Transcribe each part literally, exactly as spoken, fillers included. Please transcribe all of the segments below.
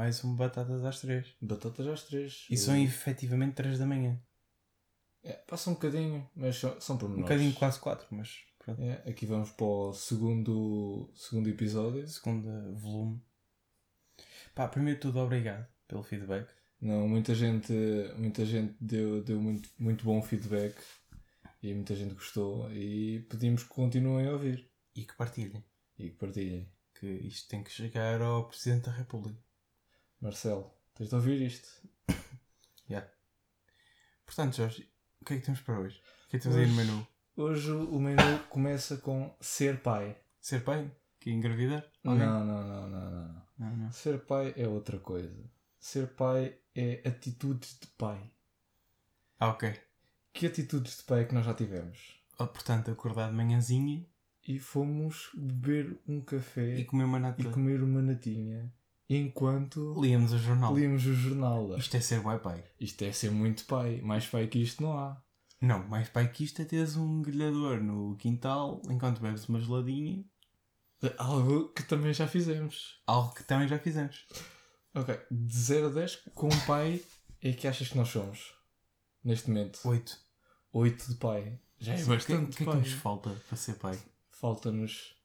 mais um batatas às três. Batatas às três. E eu... são efetivamente três da manhã. É, passa um bocadinho, mas são, são por Um bocadinho quase quatro, mas pronto. É, aqui vamos para o segundo, segundo episódio. Segundo volume. Pá, primeiro de tudo, obrigado pelo feedback. Não, muita gente, muita gente deu, deu muito, muito bom feedback e muita gente gostou e pedimos que continuem a ouvir. E que partilhem. E que partilhem. Que isto tem que chegar ao Presidente da República. Marcelo, tens de ouvir isto. Já. Yeah. Portanto, Jorge, o que é que temos para hoje? O que é que temos hoje, aí no menu? Hoje o menu começa com ser pai. Ser pai? Que engravidar? Não, não, não, não, não, não, não. Ser pai é outra coisa. Ser pai é atitudes de pai. Ah, ok. Que atitudes de pai é que nós já tivemos? Oh, portanto, acordar de manhãzinha e fomos beber um café e comer uma nata. E comer uma natinha enquanto líamos o jornal. Líamos o jornal. Isto é ser bué pai. Isto é ser muito pai. Mais pai que isto não há. Não, mais pai que isto é teres um grelhador no quintal enquanto bebes uma geladinha. Algo que também já fizemos. Algo que também já fizemos. Ok. De zero a dez, com um pai é que achas que nós somos? Neste momento. oito. oito de pai. Já é bastante. O que é que nos falta para ser pai? Falta-nos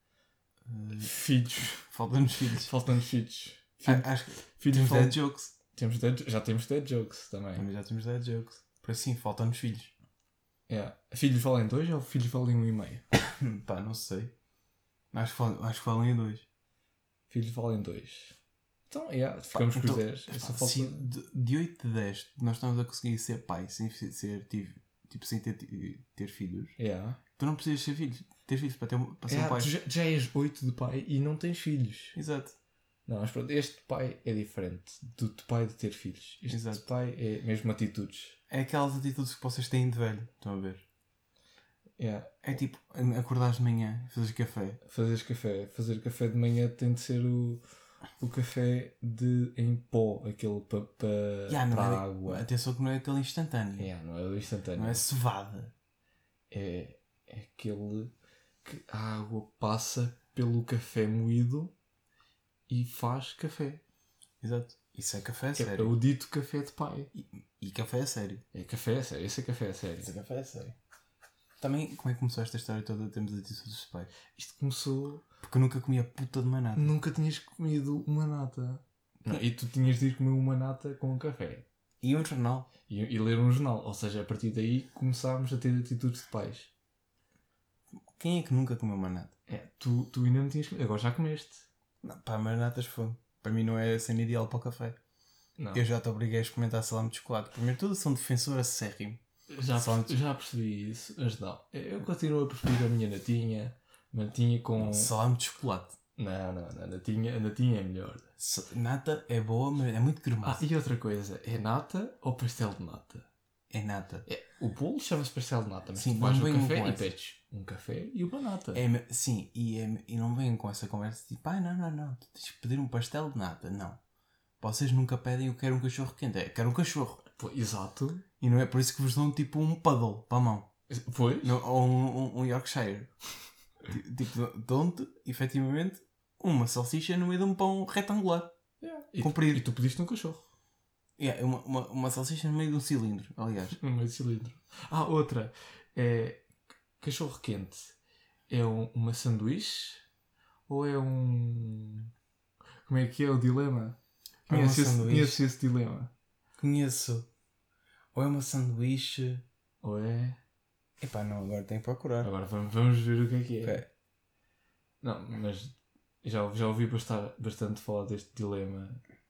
uh, filhos. Falta-nos filhos. Falta-nos filhos. Filho, ah, acho que filhos temos fal... dead jokes. Temos dead, já temos dead jokes também. Também já temos dead jokes. Por assim, faltam-nos filhos. Yeah. Filhos valem dois ou filhos valem um e meio? Pá, não sei. Acho que, valem, acho que valem dois. Filhos valem dois. Então, yeah, ficamos com os dez. Pá, falta... Se de, de oito de dez nós estamos a conseguir ser pai sem ser tipo, tipo sem ter, ter filhos. Yeah. Tu não precisas ser filhos. Ter filhos para, ter, para ser yeah, um pai. Tu já, já és oito de pai e não tens filhos. Exato. Não, mas pronto, este pai é diferente do de pai de ter filhos. Este Exato. pai é mesmo atitudes. É aquelas atitudes que vocês têm de velho. Estão a ver? Yeah. É tipo, acordares de manhã e fazeres café. Fazeres café. Fazer café de manhã tem de ser o, o café de, em pó, aquele para pa, yeah, para é, água. Atenção que não é aquele instantâneo. Yeah, não é o instantâneo. Não é cevada. É, é aquele que a água passa pelo café moído e faz café. Exato. Isso é café a é, sério. É o dito café de pai. E, e café a sério. É café a sério. Esse é café a sério. Esse é café a sério. Também, como é que começou esta história toda? Temos atitudes de pai. Isto começou... Porque eu nunca comia puta de uma nata. Nunca tinhas comido uma nata. Não, e tu tinhas de ir comer uma nata com um café. E um jornal. E, e ler um jornal. Ou seja, a partir daí começámos a ter atitudes de pais. Quem é que nunca comeu uma nata? É, tu, tu ainda não tinhas comido. Agora já comeste. Não, pá, mas natas foi. Para mim não é a cena ideal para o café. Não. Eu já te obriguei a experimentar salame de chocolate. Primeiro tudo, sou um defensor acérrimo. Já, perce, já percebi isso, mas não. Eu continuo a preferir a minha natinha. Natinha com... Salame de chocolate. Não, não, não. A natinha, a natinha é melhor. Nata é boa, mas é muito cremosa. Ah, e outra coisa. É nata ou pastel de nata? É nata. É, o bolo chama-se pastel de nata, mas sim, tu vais no café um e pedes um café e uma nata. É, sim, e, é, e não venham com essa conversa tipo, ah, não, não, não, tu tens que pedir um pastel de nata. Não. Vocês nunca pedem eu quero um cachorro quente. É, quero um cachorro. Pô, exato. E não é por isso que vos dão tipo um paddle para a mão. Pois. Não, ou um, um, um Yorkshire. Tipo, dão-te, efetivamente, uma salsicha no meio de um pão retangular. Yeah. E, comprido. Tu, e tu pediste um cachorro. Yeah, uma, uma, uma salsicha no meio de um cilindro, aliás. No meio de cilindro. Ah, outra. É, cachorro quente. É um, uma sanduíche? Ou é um... Como é que é o dilema? Conheces esse, conhece esse dilema? Conheço. Ou é uma sanduíche... Ou é... Epá, não, agora tenho que procurar. Agora vamos, vamos ver o que é que é. Okay. Não, mas já, já ouvi bastante, bastante falar deste dilema.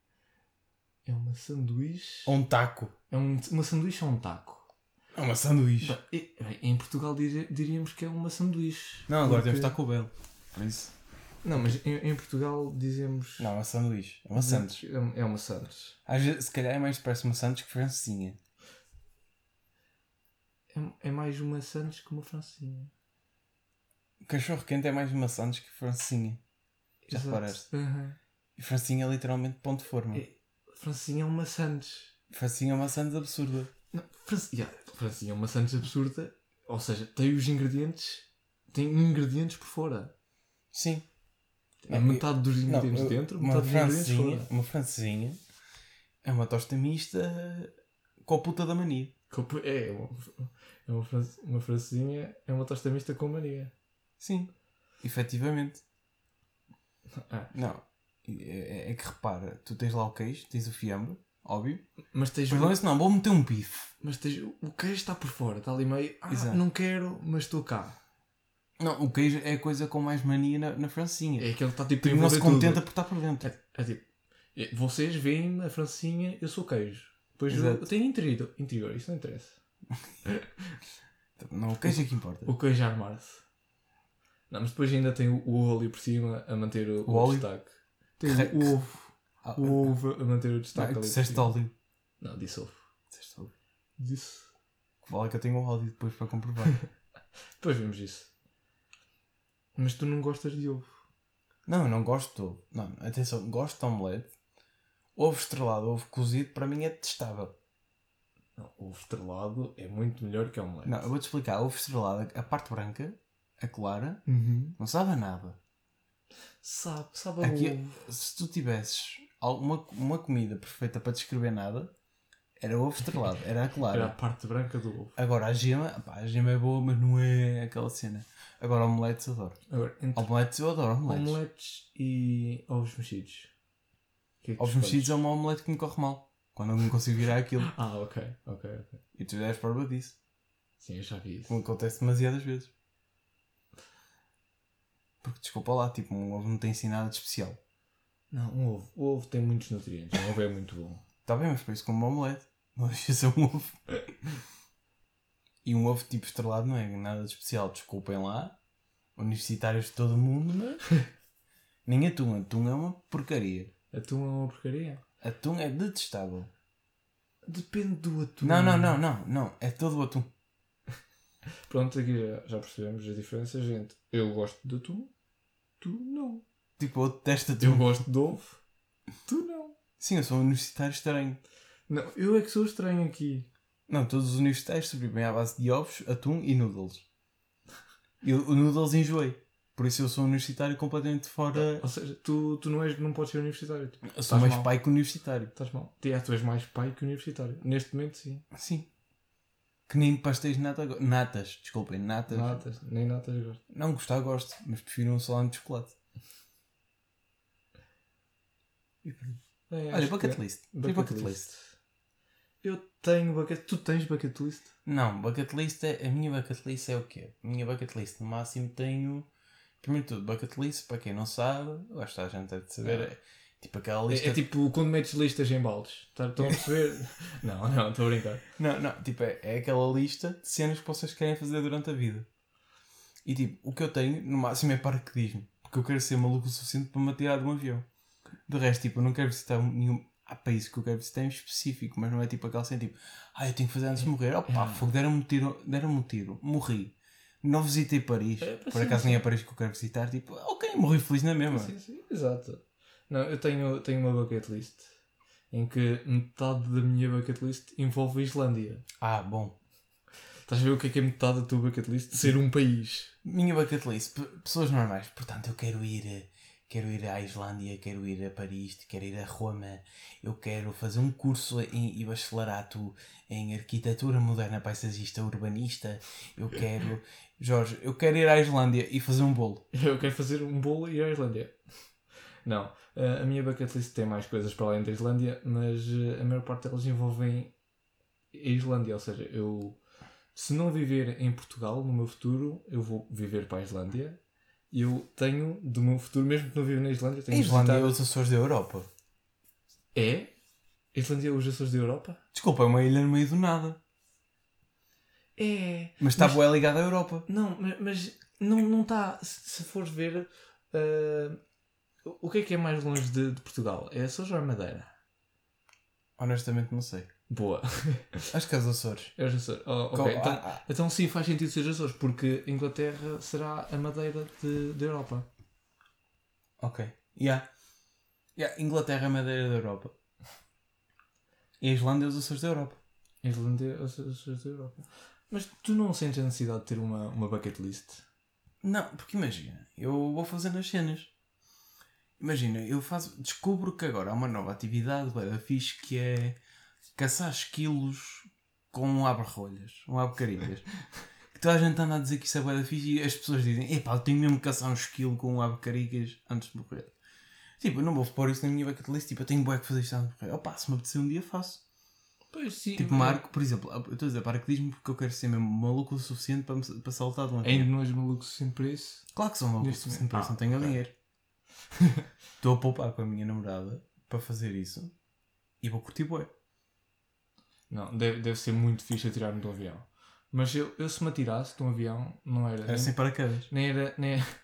É uma sanduíche... Ou um taco. É um, uma sanduíche ou um taco? É uma sanduíche. Bem, em Portugal dir, diríamos que é uma sanduíche. Não, agora porque... temos Taco Bell. Por isso... Não, mas em, em Portugal dizemos... Não, é uma sanduíche. É uma sandes. É, é uma sandes. Às vezes, se calhar é mais parece uma sandes que francesinha. É, é mais uma sandes que uma francesinha. Cachorro quente é mais uma sandes que francesinha. Já Exato. reparaste? Uhum. E francesinha é literalmente ponto de forma. É, francesinha é uma sandes. Francesinha é uma sandes absurda. Não, france... yeah, francesinha é uma sandes absurda. Ou seja, tem os ingredientes... Tem ingredientes por fora. Sim. É metade dos ingredientes não, dentro, uma metade dos ingredientes francesinha, fora. uma francesinha é uma tosta mista com a puta da mania. Copo- É, uma, é uma, fran- uma francesinha, é uma tosta mista com Maria. Sim, efetivamente. Ah, Não, é, é- é que repara, tu tens lá o queijo, tens o fiambre, óbvio. mas tens Depois o, não, isso não, vou meter um bife. mas tens, o queijo está por fora, está ali meio. Ah, Exato. não quero, mas estou cá. Não, o queijo é a coisa com mais mania na, na francesinha. É aquele que está tipo Porque não se envolver contenta tudo. por estar por dentro. É, é tipo, é, vocês veem a francinha, eu sou queijo. Depois eu, Exato. eu tenho interior, interior, isso não interessa. Não, o queijo é que importa. O queijo a armar-se. Não, mas depois ainda tem o, o óleo por cima a manter o, O o óleo? destaque. Tem Crack. o ovo. Ah, O ovo a manter o não, destaque tu ali. por disseste cima. óleo. Não, disse ovo. Disseste óleo. Disse. Fala que eu tenho o óleo depois para comprovar. Depois vemos isso. Mas tu não gostas de ovo. Não, eu não gosto de ovo. Não, atenção, gosto de omelete. Ovo estrelado, ovo cozido, para mim é detestável. Não, ovo estrelado é muito melhor que omelete. Não, eu vou-te explicar. Ovo estrelado, a parte branca, a clara, Uhum. não sabe a nada. Sabe, sabe a Aqui, ovo. se tu tivesses alguma uma comida perfeita para descrever nada, era ovo estrelado, era a clara. Era a parte branca do ovo. Agora a gema, pá, a gema é boa, mas não é aquela cena. Agora omeletes eu adoro. Agora, entre Omeletes eu adoro omeletes. omeletes e ovos mexidos. O que é que tu Ovos escolhes? mexidos é uma omelete que me corre mal. Quando eu não consigo virar aquilo. Ah, ok, ok, ok. E tu já és prova disso. Sim, eu já vi isso. Como acontece demasiadas vezes. Porque desculpa lá, tipo, um ovo não tem assim nada de especial. Não, um ovo. O ovo tem muitos nutrientes. Um ovo é muito bom. Está bem, mas para isso como uma omelete. Não deixa de ser um ovo. E um ovo tipo estrelado não é nada de especial. Desculpem lá. Universitários de todo o mundo, mas... Nem atum. Atum é uma porcaria. Atum é uma porcaria? Atum é detestável. Depende do atum. Não, não, não, não. Não. É todo o atum. Pronto, aqui já, já percebemos a diferença, gente. Eu gosto de atum. Tu não. Tipo, eu detesto atum. Eu gosto de ovo. Tu não. Sim, eu sou um universitário estranho. Não, eu é que sou estranho aqui. Não, todos os universitários sobrevivem à base de ovos, atum e noodles. E o o noodles enjoei. Por isso eu sou um universitário completamente fora... Ou seja, tu, tu não, és, não podes ser universitário. Tu, Eu sou estás mais mal. pai que universitário. Estás mal. É, tu és mais pai que universitário. Neste momento, sim. Sim. Que nem pastéis de nata... go- Natas, desculpem, natas. Natas. Nem natas gosto. Não, gostar gosto, mas prefiro um salame de chocolate. É, Olha, acho bucket que- list. Tens Bucket, bucket list. list? Eu tenho bucket... Tu tens bucket list? Não, bucket list é... A minha bucket list é o quê? A minha bucket list, no máximo, tenho... Primeiro de tudo, bucket list, para quem não sabe, eu acho que a gente deve saber, é tipo aquela lista... É, é tipo quando metes listas em baldes. Tá- Estão a perceber? Não, não, estou a brincar. Não, não, tipo, é, é aquela lista de cenas que vocês querem fazer durante a vida. E tipo, o que eu tenho, no máximo, é paraquedismo. Porque eu quero ser maluco o suficiente para me atirar de um avião. De resto, tipo, eu não quero visitar nenhum... Há países que eu quero visitar em específico, mas não é tipo aquela cena tipo, ah, eu tenho que fazer antes de morrer. Opa, fogo, deram-me um tiro, deram-me um tiro, morri. Não visitei Paris. É, Por sim, acaso sim. nem é Paris que eu quero visitar. Tipo, ok, morri feliz na mesma. Sim, sim, exato. Não, eu tenho, tenho uma bucket list em que metade da minha bucket list envolve a Islândia. Ah, bom. Estás a ver o que é que é metade da tua bucket list? Ser um país. Minha bucket list, p- pessoas normais. Portanto, eu quero ir, eh, quero ir à Islândia, quero ir a Paris, quero ir a Roma. Eu quero fazer um curso em, em bacharelato em arquitetura moderna, paisagista, urbanista. Eu quero, Jorge, eu quero ir à Islândia e fazer um bolo. Eu quero fazer um bolo e ir à Islândia. Não, a a minha bucket list tem mais coisas para além da Islândia, mas eh, a maior parte delas envolvem a Islândia. Ou seja, eu, se não viver em Portugal no meu futuro, eu vou viver para a Islândia. E eu tenho, do meu futuro, mesmo que não viva na Islândia, A tenho de Islândia é visitar... os Açores da Europa. É? A Islândia é os Açores da Europa? Desculpa, é uma ilha no meio do nada. É. Mas está bué ligada à Europa. Não, mas, mas não não está. Se, se fores ver, ah, o que é que é mais longe de, de Portugal? É Açores ou é Madeira? Honestamente não sei. Boa. Acho que é os Açores. É os Açores. Oh, ok. Co- Então, ah, ah. então sim, faz sentido ser os Açores, porque a Inglaterra será a Madeira de, da Europa. Ok. Yeah. Yeah. Inglaterra é a madeira da Europa. E a Islândia é os Açores da Europa. A Islândia é os Açores da Europa. Mas tu não sentes a necessidade de ter uma, uma bucket list? Não, porque imagina, eu vou fazendo as cenas. Imagina, eu faço, descubro que agora há uma nova atividade bué da fixe que é caçar esquilos com um abre-rolhas, um abre-carinhas. Que toda a gente anda a dizer que isso é bué da fixe e as pessoas dizem: epá, eu tenho mesmo que caçar um esquilo com um abre-carinhas antes de morrer. Tipo, eu não vou pôr isso na minha bucket list, tipo, eu tenho bué que fazer isto antes de morrer. Opa, se me apetecer um dia faço. Pois sim. Tipo, marco, por exemplo, eu estou a dizer paraquedismo porque eu quero ser mesmo maluco o suficiente para, me- para saltar de um avião. Ainda não és maluco o suficiente para isso? Claro que sou maluco o Neste suficiente para isso, momento. não tenho Ah, ok. dinheiro. Estou a poupar com a minha namorada para fazer isso e vou curtir bué. Não, deve, deve ser muito fixe atirar-me de um avião. Mas eu, eu se me atirasse de um avião, não era. Era nem, sem paraquedas. nem era. Nem era-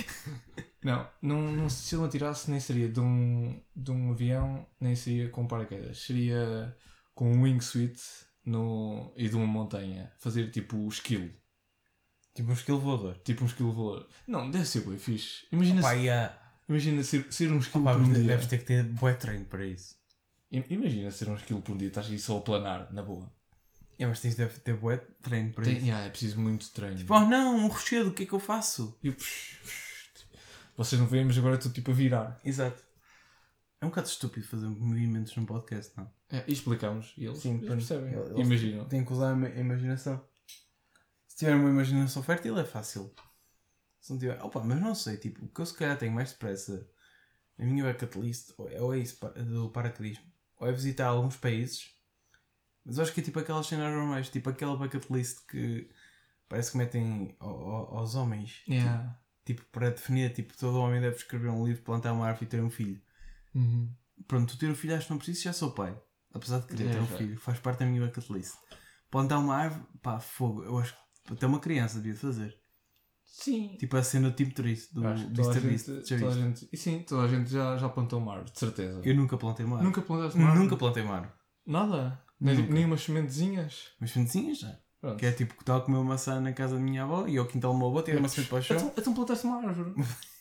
não, não, não, se eu me atirasse, nem seria de um, de um avião, nem seria com paraquedas. Seria com um wingsuit no, e de uma montanha. Fazer tipo o esquilo. Tipo um esquilo voador. Tipo um esquilo voador. Não, deve ser bem fixe. Imagina, Opa, se, e há- imagina ser, ser um esquilo Opa, por um mas dia. deves ter que ter bué treino para isso. I- Imagina ser um esquilo por um dia. Estás aí só a planar, na boa. É, mas tens de ter bué treino para Tem, isso. yeah, é preciso muito treino. Tipo, oh não, um rochedo, o que é que eu faço? E eu, psh, psh, vocês não veem, mas agora estou tipo a virar. Exato. É um bocado estúpido fazer movimentos num podcast, não? É, e explicamos. E eles, Sim, eles para- percebem. eles- Imaginam. Tem que usar a ima- imaginação. Se tiver uma imaginação fértil é fácil. Se não tiver... Opa, mas não sei, tipo, o que eu se calhar tenho mais depressa na minha bucket list ou é, ou é isso pa- do paraquedismo. Ou é visitar alguns países. Mas eu acho que é tipo aquelas cenas normais, tipo aquela bucket list que parece que metem ao- ao- aos homens. Yeah. Tipo, para definir, tipo, todo homem deve escrever um livro, plantar uma árvore e ter um filho. Uhum. Pronto, tu ter um filho acho que não preciso, já sou pai. Apesar de querer É, ter um já. filho, faz parte da minha bucket list. Plantar uma árvore, pá, fogo. Eu acho que até uma criança devia fazer. Sim. Tipo a cena do Tim Trist, do Eu acho que toda a mister Beast. gente, Já toda a viste? gente, e sim, toda a gente já, já plantou uma árvore, de certeza. Eu nunca plantei uma árvore. Nunca plantaste uma árvore? Nunca plantei uma árvore. Nada? Nem, Nunca. nem umas sementezinhas? Mas fentezinhas já. Pronto. Que é tipo que estava a comer uma maçã na casa da minha avó e ao quintal do meu avô, tirei uma semente para o chão. Então, então plantaste uma árvore.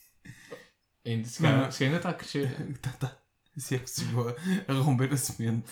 ainda, se, Não, calhar- não. se ainda está a crescer. tá, tá. Se é que se chegou a, a romper a semente.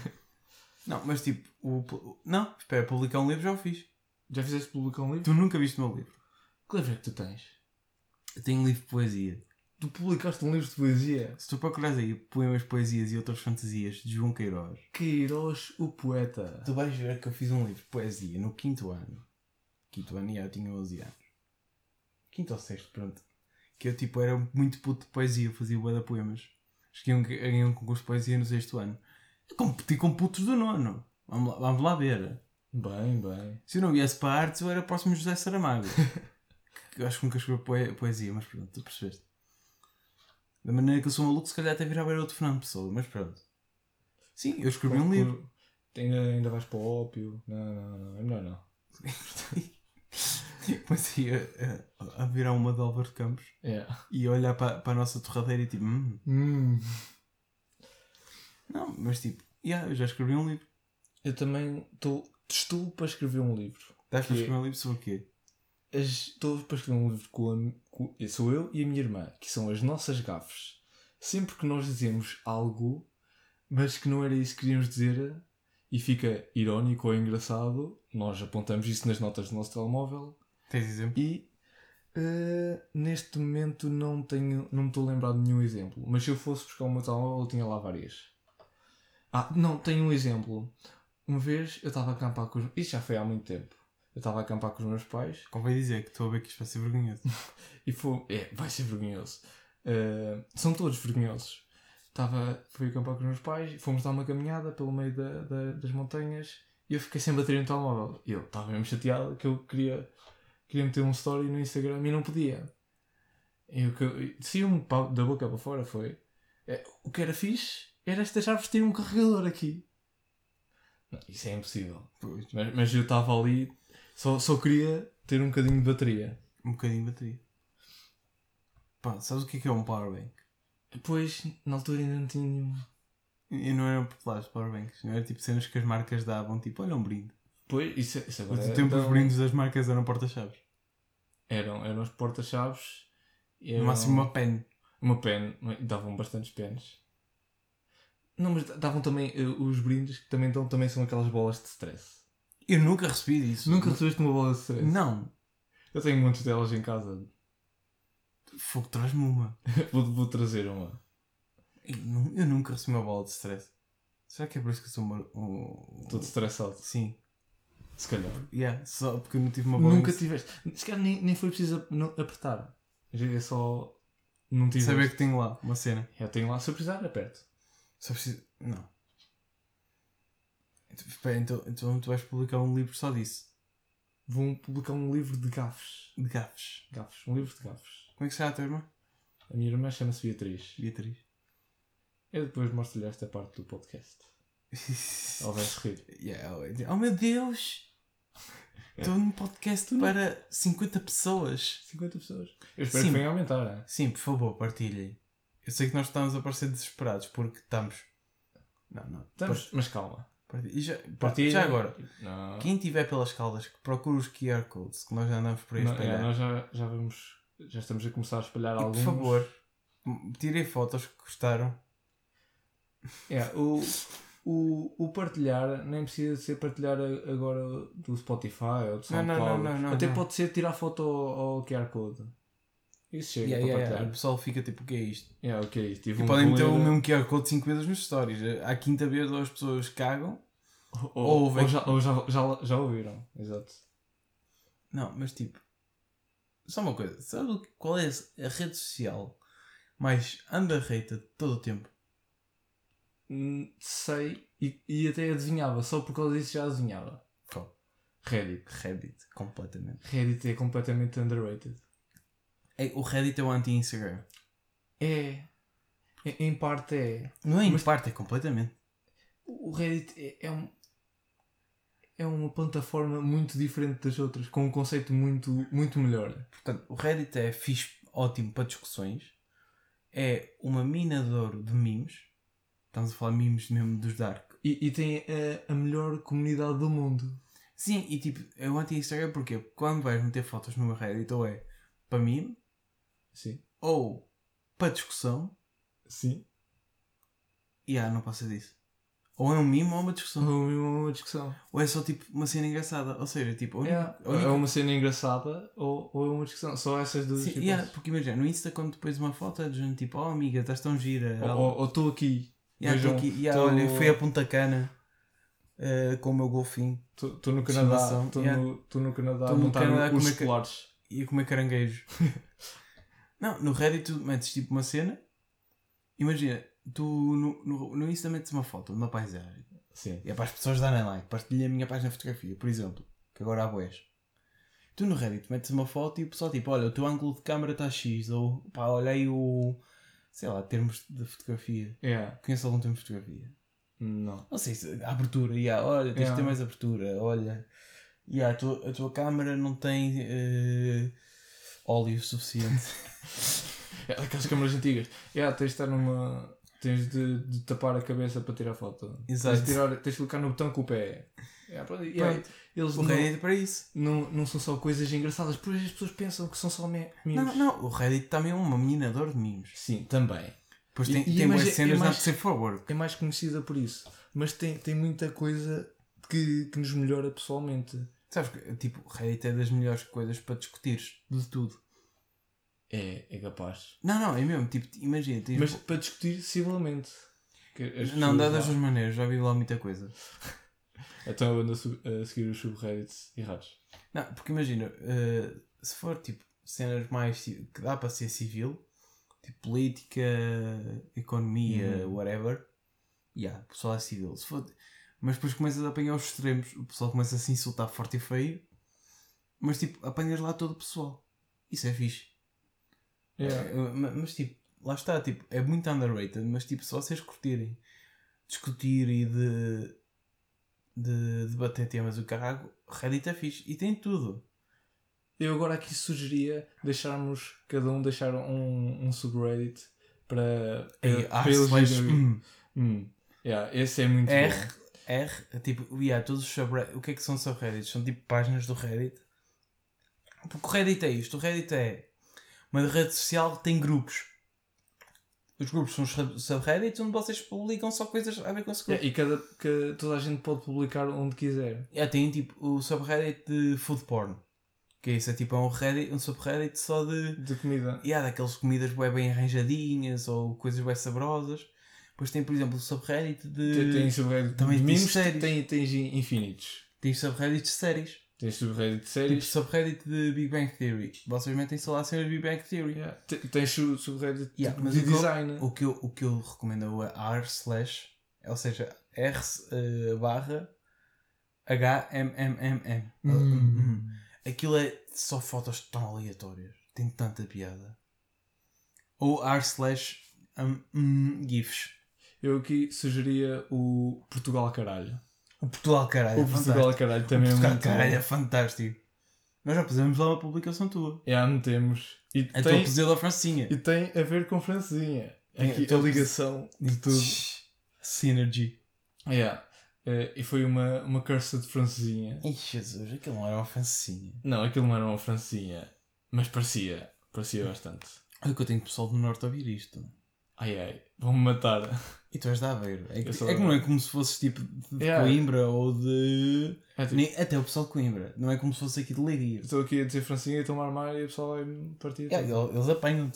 Não, mas tipo, o, o- não, espera, publicar um livro já o fiz. Já fizeste publicar um livro? Tu nunca viste o meu livro. Que livro é que tu tens? Eu tenho um livro de poesia. Tu publicaste um livro de poesia? Se tu procurares aí poemas, poesias e outras fantasias de João Queiroz, Queiroz, o poeta. tu vais ver que eu fiz um livro de poesia no quinto ano. Quinto ano, e eu tinha onze anos. Quinto ou sexto, pronto. Que eu tipo era muito puto de poesia, eu fazia bué de poemas. Cheguei a um concurso de poesia no sexto ano. Eu competi com putos do nono. Vamos lá, vamos lá ver. Bem, bem. Se eu não viesse para a artes, eu era próximo de José Saramago. Que eu acho que nunca escreveu poe- poesia, mas pronto, tu percebeste. Da maneira que eu sou maluco, se calhar até virava outro Fernando Pessoa, mas pronto. Sim, eu escrevi um livro. Ainda, ainda vais para o ópio? Não, não, não. Não, não. Comecei a, a, a virar uma de Álvaro Campos É. e a olhar para, para a nossa torradeira e tipo, hum. Hum. Não, mas tipo, yeah, eu já escrevi um livro. Eu também tô, estou para escrever um livro. Estás para Que- escrever um livro sobre o quê? As- Estou para escrever um livro com, a, com sou eu e a minha irmã, que são as nossas gafes. Sempre que nós dizemos algo, mas que não era isso que queríamos dizer, e fica irónico ou engraçado, nós apontamos isso nas notas do nosso telemóvel. Tens exemplo? E eh, neste momento não tenho, não me estou a lembrar de nenhum exemplo. Mas se eu fosse buscar o meu telemóvel, eu tinha lá várias. Ah, não, tenho um exemplo. Uma vez eu estava a acampar com os... Isso já foi há muito tempo. Eu estava a acampar com os meus pais Convém dizer que estou a ver que isto vai ser vergonhoso. e foi... É, vai ser vergonhoso. Eh, são todos vergonhosos. Estava... Fui acampar com os meus pais, fomos dar uma caminhada pelo meio da, da- das montanhas e eu fiquei sem bateria no telemóvel. E eu estava mesmo chateado que eu queria... Queria meter um story no Instagram e não podia. E o que eu- saiu-me pa- da boca para fora foi... é, o que era fixe era estas árvores terem um carregador aqui. Não, isso é impossível. Pois, Mas, mas eu estava ali... Só, só queria ter um bocadinho de bateria. um bocadinho de bateria. Pá, sabes o que é que é um powerbank? Depois, na altura ainda não tinha nenhum. E não eram populares powerbanks. Não era tipo cenas que as marcas davam, tipo, olha um brinde. Depois, isso, isso agora... Mas do é- tempo os então, brindes das marcas eram porta-chaves. Eram, eram os porta-chaves. e No eram máximo uma pen. Uma pen. Davam bastantes pens. Não, mas davam também eh, os brindes que também, dão, também são aquelas bolas de stress. Eu nunca recebi disso. Nunca recebeste uma bola de stress? Não. Eu tenho muitas delas em casa. Fogo, traz-me uma. vou, vou trazer uma. Eu, nu- eu nunca recebi uma bola de stress. Será que é por isso que eu sou uma, um... Todo estressado. Sim. Se calhar. Yeah, só porque eu não tive uma bola. Nunca em- tiveste. Se calhar nem, nem foi preciso ap- não apertar. É só. Não tiveste. Saber que tenho lá uma cena. Eu tenho lá, se eu precisar, aperto. Só preciso. Não. Então, espera, então, então tu vais publicar um livro só disso. Vou publicar um livro de gafes. De gafes. Gafes. Um livro de gafes. Como é que se chama a tua irmã? A minha irmã chama-se Beatriz. Beatriz. Eu depois mostro-lhe esta parte do podcast. Ela vai rir. Yeah, oh meu Deus! Estou num podcast para cinquenta pessoas. cinquenta pessoas. Eu espero Sim. que venha a aumentar. Hein? Sim, por favor, partilhem. Eu sei que nós estamos a parecer desesperados porque estamos. Não, não. Estamos, mas calma. Partilhem. E já, Partilhem. já agora, Não. quem estiver pelas Caldas, que procure os Q R codes que nós já andamos por aí a Não, espalhar. é, nós já, já vamos. Já estamos a começar a espalhar E, por alguns. favor, m- tirem fotos que gostaram. É, o, o, o partilhar nem precisa ser partilhar a- agora do Spotify ou do Não, não, SoundCloud. não, não, não, Até não. pode ser tirar foto ao, ao Q R Code. Isso chega Yeah, para yeah, partilhar. yeah. O pessoal fica tipo, o que é isto? Yeah, ok. Tive E um podem meter o colega- mesmo Q R Code cinco vezes nos stories. À quinta vez ou as pessoas cagam. Ou, ou vem- ou já, ou já, já, já ouviram. Exato. Não, mas tipo... Só uma coisa. Sabe o que- qual é a rede social mais underrated de todo o tempo? Hum, Sei. E, e até adivinhava. Só por causa disso já adivinhava. Qual? Reddit. Reddit. Completamente. Reddit é completamente underrated. É, o Reddit é o anti-Instagram. É. é- Em parte é. Não é em Mas- parte, é completamente. O Reddit é, é um. É uma plataforma muito diferente das outras, com um conceito muito, muito melhor. Portanto, o Reddit é fixe, ótimo para discussões. É uma mina de ouro de memes. Estamos a falar memes mesmo dos dark. E, e tem a, a melhor comunidade do mundo. Sim, e tipo, é o anti-Instagram porque quando vais meter fotos no Reddit ou é para meme Sim. ou para discussão, Sim. e ah, não passa disso. Ou é um meme ou uma discussão. Ou uma discussão. Ou é só tipo uma cena engraçada. Ou seja, tipo, a única, É, a única- é uma cena engraçada ou, ou é uma discussão. Só essas duas Sim, hipóteses. yeah, porque imagina, no Insta quando tu pões uma foto é de gente tipo, oh amiga, estás tão gira. Ou estou aqui. Yeah, tô Vejam, aqui, yeah, tô- olha, fui a Punta Cana eh, com o meu golfinho Estou no de Canadá. estimação. Estou Yeah. no, tô no Canadá Tô a no montar Canadá a os comer ca- colares. e a comer caranguejo. Não, no Reddit tu metes tipo uma cena. Imagina, tu no, no, no Insta metes uma foto de uma paisagem. Sim. E é para as pessoas darem like. Partilhem a minha página de fotografia, por exemplo. Que agora há boés. Tu no Reddit metes uma foto e o pessoal tipo, olha, o teu ângulo de câmera está X. Ou pá, olha aí o... Sei lá, termos de fotografia. Yeah. Conheço algum termo de fotografia? Não. Não sei se... A abertura, yeah, olha, tens de Yeah. ter mais abertura. Olha... Yeah, a, tua, a tua câmera não tem eh, óleo suficiente. É, aquelas câmaras antigas. Yeah, tens de estar numa. Tens de, de tapar a cabeça para tirar foto. Exato. Tens de, tirar, tens de clicar no botão com o pé. Yeah, pronto, yeah, Pronto. eles O não, Reddit é para isso. não, não são só coisas engraçadas, porque as pessoas pensam que são só me- memes. Não, não, o Reddit também é uma minador de memes. Sim, também. Depois E- tem, e tem mas boas é- cenas é mais- not safe for work. É mais conhecida por isso. Mas tem, tem muita coisa que, que nos melhora pessoalmente. Sabes que, tipo, o Reddit é das melhores coisas para discutires de tudo. É, é capaz. Não, não, é mesmo, tipo, imagina, tens... Mas para discutir civilmente. Que as Não, pessoas dá lá- das duas maneiras, já vi lá muita coisa. Então eu ando a, su- a seguir os subreddits errados. Não, porque imagina, eh, se for tipo cenas mais ci- que dá para ser civil, tipo política, economia, Uhum. whatever, yeah, o pessoal é civil. Se for... Mas depois começas a apanhar os extremos, o pessoal começa a se insultar forte e feio, mas tipo, apanhas lá todo o pessoal. Isso é fixe. Yeah. É, ma- mas tipo, lá está, tipo, é muito underrated, mas tipo, se vocês curtirem discutir e de, de debater temas do caralho, Reddit é fixe e tem tudo. Eu agora aqui sugeria deixarmos cada um deixar um, um subreddit para, Aí, para, R para eles slash, irem- hum, Hum. Yeah, esse é muito R, bom. R, tipo, yeah, todos os subreddits, o que é que são subreddits? São tipo páginas do Reddit. Porque o Reddit é isto, o Reddit é uma rede social que tem grupos. Os grupos são os subreddits onde vocês publicam só coisas a ver com esse grupo. Yeah, e cada, que toda a gente pode publicar onde quiser. Yeah, tem tipo o subreddit de food porn. Que isso é tipo é um, Reddit, um subreddit só de... De comida. E há daquelas comidas bué bem arranjadinhas ou coisas bem saborosas. Depois tem, por exemplo, o subreddit de... Tem, tem subreddit Também de tem memes, séries. tem, tens infinitos. Tem subreddits de séries. Tens subreddit de Tipo séries. subreddit de Big Bang Theory. Vocês metem só lá cenas de Big Bang Theory. Yeah. Te- Tens su- subreddit Yeah, de, mas de o que eu- design. O que eu, o que eu recomendo é o r slash, ou seja, r eh, barra H-M-M-M-M. Hum. Aquilo é só fotos tão aleatórias. Tem tanta piada. Ou r slash um, hum, GIFs. Eu aqui sugeria o Portugal Caralho. O Portugal Caralho. O é Portugal fantástico. Caralho O também é Portugal muito Caralho bom. é fantástico. Nós já pusemos lá uma publicação tua. Já metemos. E A tua tem, puseu da Francinha. e tem a ver com Francesinha. Tem- Aqui a tua a ligação de tudo. Synergy. Yeah. Eh, e foi uma, uma cursa de Francesinha. Ih, Jesus, aquilo não era uma Francinha. Não, aquilo não era uma Francesinha. Mas parecia. Parecia bastante. Olha que eu tenho pessoal do Norte a ouvir isto. Ai ai, vão-me matar. E tu és de Aveiro. É Eu que, sou é de que não é Aveiro. como se fosses tipo de Yeah. Coimbra ou de... É, tipo, Nem, até o pessoal de Coimbra. Não é como se fosse aqui de Leiria. estou aqui a dizer Francesinha e estou-me a armar e o pessoal vai-me partir. Yeah, tudo. eles eles apanham-te.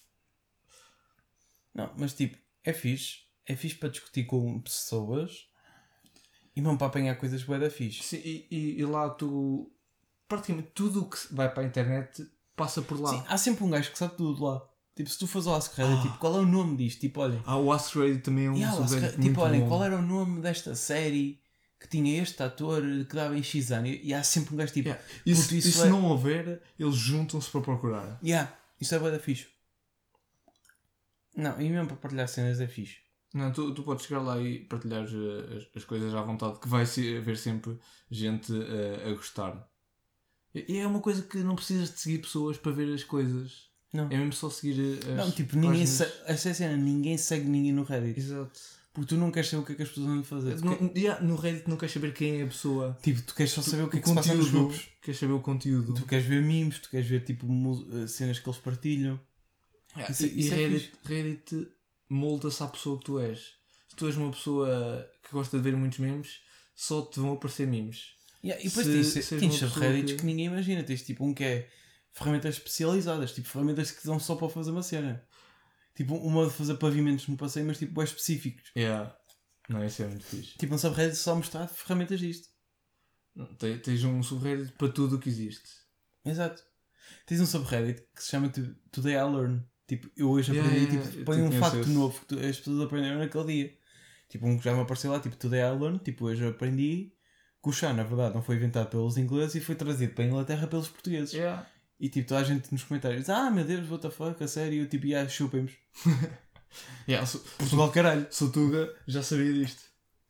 Não, mas tipo, é fixe. É fixe para discutir com pessoas e não para apanhar coisas bué da fixe. Sim, e, e, e lá tu. Praticamente tudo o que vai para a internet passa por lá. Sim, há sempre um gajo que sabe tudo lá. Tipo, se tu fores ao Ask Reddit, Ah. tipo, qual é o nome disto? Tipo, olhem, Ah, o Ask Reddit também é um yeah, o Ask subreddit Reddit, tipo, muito olhem, bom. qual era o nome desta série que tinha este ator que dava em X anos? E há sempre um gajo tipo, Yeah. E, se, puto, e isso se é... não houver, eles juntam-se para procurar. Yeah, isso é bué da fixe. Não, e mesmo para partilhar cenas é fixe. Não, tu, tu podes chegar lá e partilhar eh, as, as coisas à vontade, que vai se- haver sempre gente eh, a gostar. E, e é uma coisa que não precisas de seguir pessoas para ver as coisas. Não, É mesmo só seguir eh, as não tipo, ninguém, páginas. se... essa é a cena, ninguém segue ninguém no Reddit. Exato. Porque tu não queres saber o que é que as pessoas andam a fazer. Tu quer- No, yeah, no Reddit não queres saber quem é a pessoa. Tipo, tu queres só saber o que é que se passa nos grupos. Queres saber o conteúdo. Tu queres ver memes, tu queres ver tipo mu- eh, cenas que eles partilham. Yeah, Isso- e isso é Reddit, Reddit molda-se à pessoa que tu és. Se tu és uma pessoa que gosta de ver muitos memes, só te vão aparecer memes. Yeah, e depois Se- tens, se és tens uma pessoa subreddits que- que... ninguém imagina. Tens tipo um que é ferramentas especializadas, tipo ferramentas que dão só para fazer uma cena. Tipo uma de fazer pavimentos no passeio, mas tipo bem específicos. Yeah. Não, isso é muito fixe. Tipo um subreddit só mostrar ferramentas disto. Não, te- Tens um subreddit para tudo o que existe. Exato. Tens um subreddit que se chama tipo, Today I Learn. Tipo, eu hoje Yeah, aprendi, yeah, tipo, eu põe te um conheço facto esse. novo que tu- as pessoas aprenderam naquele dia. Tipo, um que já me apareceu lá, tipo, Today I Learn, tipo, hoje eu aprendi que o chá, na verdade, não foi inventado pelos ingleses e foi trazido para a Inglaterra pelos portugueses. Yeah. E tipo, toda a gente nos comentários, ah, meu Deus, what the fuck, a sério? E eu tipo, yeah, chupem-nos. Yeah, sou, Portugal, caralho. sou Tuga, já sabia disto.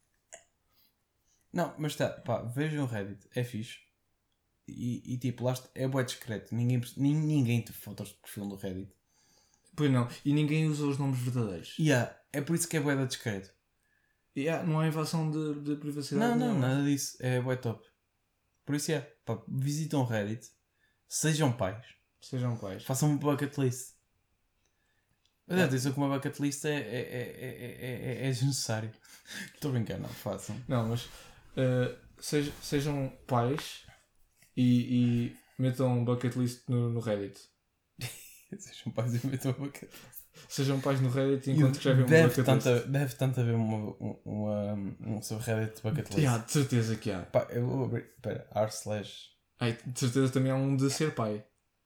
Não, mas tá, pá, vejam o Reddit, é fixe. E, e tipo, lá está, é bué discreto. Ninguém, nin- ninguém te fotos de perfil do Reddit. Pois não, e ninguém usa os nomes verdadeiros. E yeah, é por isso que é bué da discreto. Yeah, não há invasão de, de privacidade. Não, não, nenhuma. nada disso. É bué top. Por isso é, pá, visitam o Reddit, sejam pais, Sejam pais. façam uma bucket list. Mas é, atenção que uma bucket list é, é, é, é, é, é, é desnecessário. Estou a brincar, não, façam. Não, mas uh, sej- sejam pais e, e metam um bucket list no, no Reddit. Sejam pais e metam uma bucket list. Sejam pais no Reddit enquanto E escrevem uma deve, bucket tanto, list. deve tanto haver uma, uma, um subreddit de bucket list. Yeah, de certeza que há. Pá, eu vou abrir. Espera, r slash. Ai, de certeza também há um de ser pai.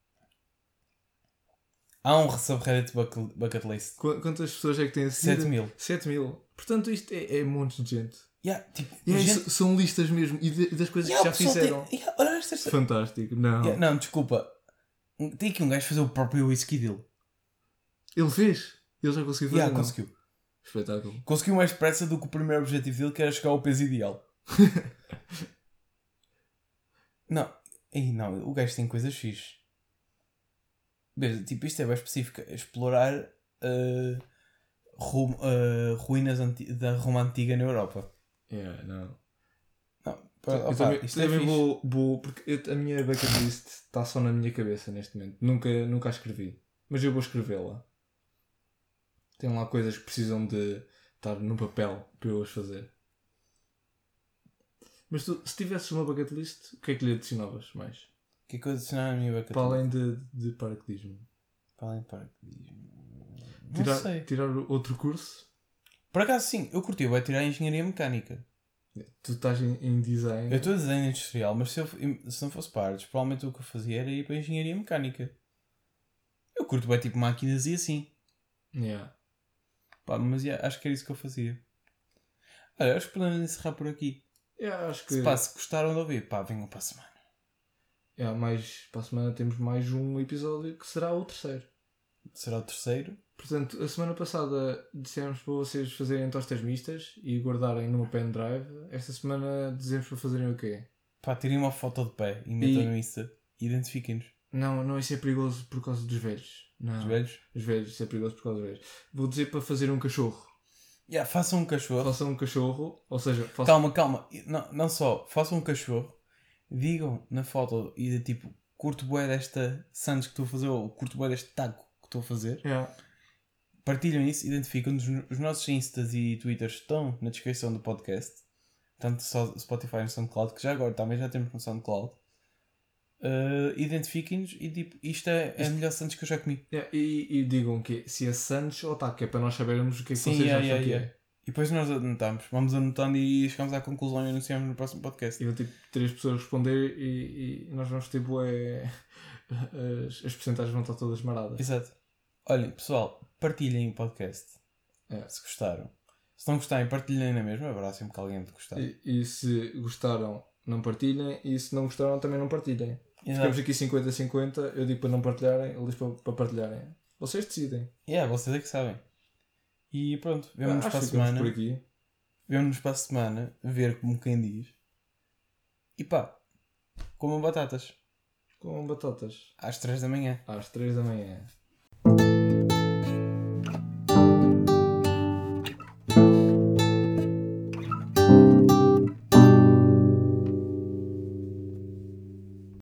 Há um subreddit de bucket, bucket list. Qu- Quantas pessoas é que têm a seguir? sete mil. sete mil. Portanto, isto é, é um monte de gente. Yeah, tipo, E é, gente... s- São listas mesmo. E de- das coisas Yeah, que o já pessoal fizeram. Tem... Yeah, olha esta... esta- Fantástico. Não. Yeah, não, desculpa. Tem aqui um gajo fazer o próprio whisky dele. Ele fez. Ele já conseguiu fazer. Yeah, não? conseguiu. Espetáculo. Conseguiu mais depressa do que o primeiro objetivo dele, que era chegar ao peso ideal. Não. Ei, não, o gajo tem coisas fixe. Veja, tipo, isto é bem específico. Explorar uh, ru- uh, ruínas anti- da Roma Antiga na Europa. Yeah, não. Não, pá, eu opá, também, isto é também fixe. vou, vou. Porque eu- a minha bucket list está só na minha cabeça neste momento. Nunca, nunca a escrevi. Mas eu vou escrevê-la. Tem lá coisas que precisam de estar no papel para eu as fazer. Mas tu, se tivesses uma bucket list, o que é que lhe adicionavas mais? O que é que eu adicionar na minha bucket Para list? além de, de paraquedismo. Para além de paraquedismo. Não Tirar, sei. tirar outro curso. Por acaso sim, eu curti, vai tirar Engenharia Mecânica. Tu estás em, em design. Eu estou a desenho industrial, mas se, eu, se não fosse para artes, provavelmente o que eu fazia era ir para Engenharia Mecânica. Eu curto bem tipo máquinas e assim. Yeah. Pá, mas yeah, acho que era isso que eu fazia. Olha, acho que podemos encerrar por aqui. Yeah, acho que. Se pá, se gostaram de ouvir, pá, venham para a semana. Yeah, mais, para a semana temos mais um episódio que será o terceiro. Será o terceiro. Portanto, a semana passada dissemos para vocês fazerem tostas mistas e guardarem numa pendrive. Esta semana dizemos para fazerem o quê? Pá, tirem uma foto de pé e metam no Insta. Identifiquem-nos. Não, não, isso é perigoso por causa dos velhos. Não. Os velhos. Os velhos, isso é perigoso por causa dos velhos. Vou dizer para fazer um cachorro. Yeah, façam um cachorro. Façam um cachorro, ou seja, façam... Calma, calma. Não, não só, façam um cachorro. Digam na foto e de tipo, curto bué desta Santos que estou a fazer ou curto bué deste taco que estou a fazer. Yeah. Partilham isso, identificam-nos. Os nossos Instas e Twitters estão na descrição do podcast. Tanto só Spotify e SoundCloud, que já agora também já temos no SoundCloud. Uh, identifiquem-nos e tipo, isto é, é a melhor Santos que eu já comi. Yeah, e, e digam que se é Santos ou taco, é para nós sabermos o que é que Sim, vocês yeah, acham yeah, que yeah. é. E depois nós anotamos. Vamos anotando e chegamos à conclusão e anunciamos no próximo podcast. E vão tipo três pessoas responder e, e nós vamos ter bué... As, as percentagens vão estar todas maradas. Exato. Olhem, pessoal, partilhem o podcast. É. Se gostaram. Se não gostarem, partilhem na mesma. Haverá sempre que alguém de gostar. E, e se gostaram, não partilhem. E se não gostaram, também não partilhem. Exato. Ficamos aqui cinquenta a cinquenta. Eu digo para não partilharem, ele diz para, para partilharem. Vocês decidem. Yeah, vocês é que sabem. E pronto, vemo-nos Ah, para a acho que ficamos semana. por aqui. Vemo-nos para a semana. Ver como quem diz. E pá, comam batatas. Com batatas. Às três da manhã. Às três da manhã.